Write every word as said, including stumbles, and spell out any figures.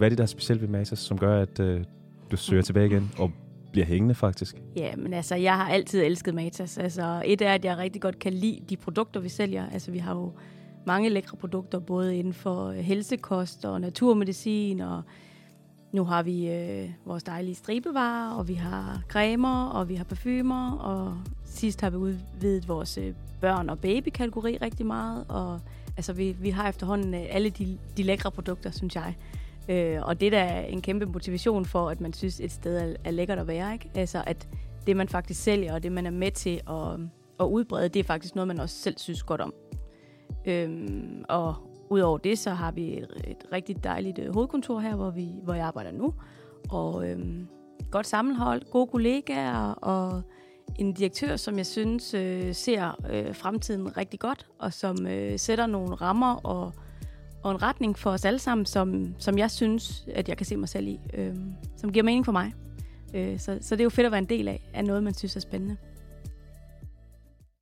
hvad er det, der er specielt ved Matas, som gør, at øh, du søger tilbage igen og bliver hængende faktisk? Ja, men altså, jeg har altid elsket Matas. Altså, et er, at jeg rigtig godt kan lide de produkter, vi sælger. Altså, vi har jo mange lækre produkter, både inden for helsekost og naturmedicin, og nu har vi øh, vores dejlige stribevarer, og vi har cremer, og vi har parfumer, og sidst har vi udvidet vores øh, børn- og baby-kategori rigtig meget, og altså, vi, vi har efterhånden øh, alle de, de lækre produkter, synes jeg. Øh, og det er da en kæmpe motivation for, at man synes, et sted er, er lækkert at være, ikke? Altså, at det, man faktisk sælger, og det, man er med til at, at udbrede, det er faktisk noget, man også selv synes godt om. Øhm, og udover det, så har vi et rigtig dejligt øh, hovedkontor her, hvor, vi, hvor jeg arbejder nu. Og øhm, godt sammenhold, gode kollegaer og en direktør, som jeg synes øh, ser øh, fremtiden rigtig godt, og som øh, sætter nogle rammer og, og en retning for os alle sammen, som, som jeg synes, at jeg kan se mig selv i, øh, som giver mening for mig. Øh, så, så det er jo fedt at være en del af, af noget, man synes er spændende.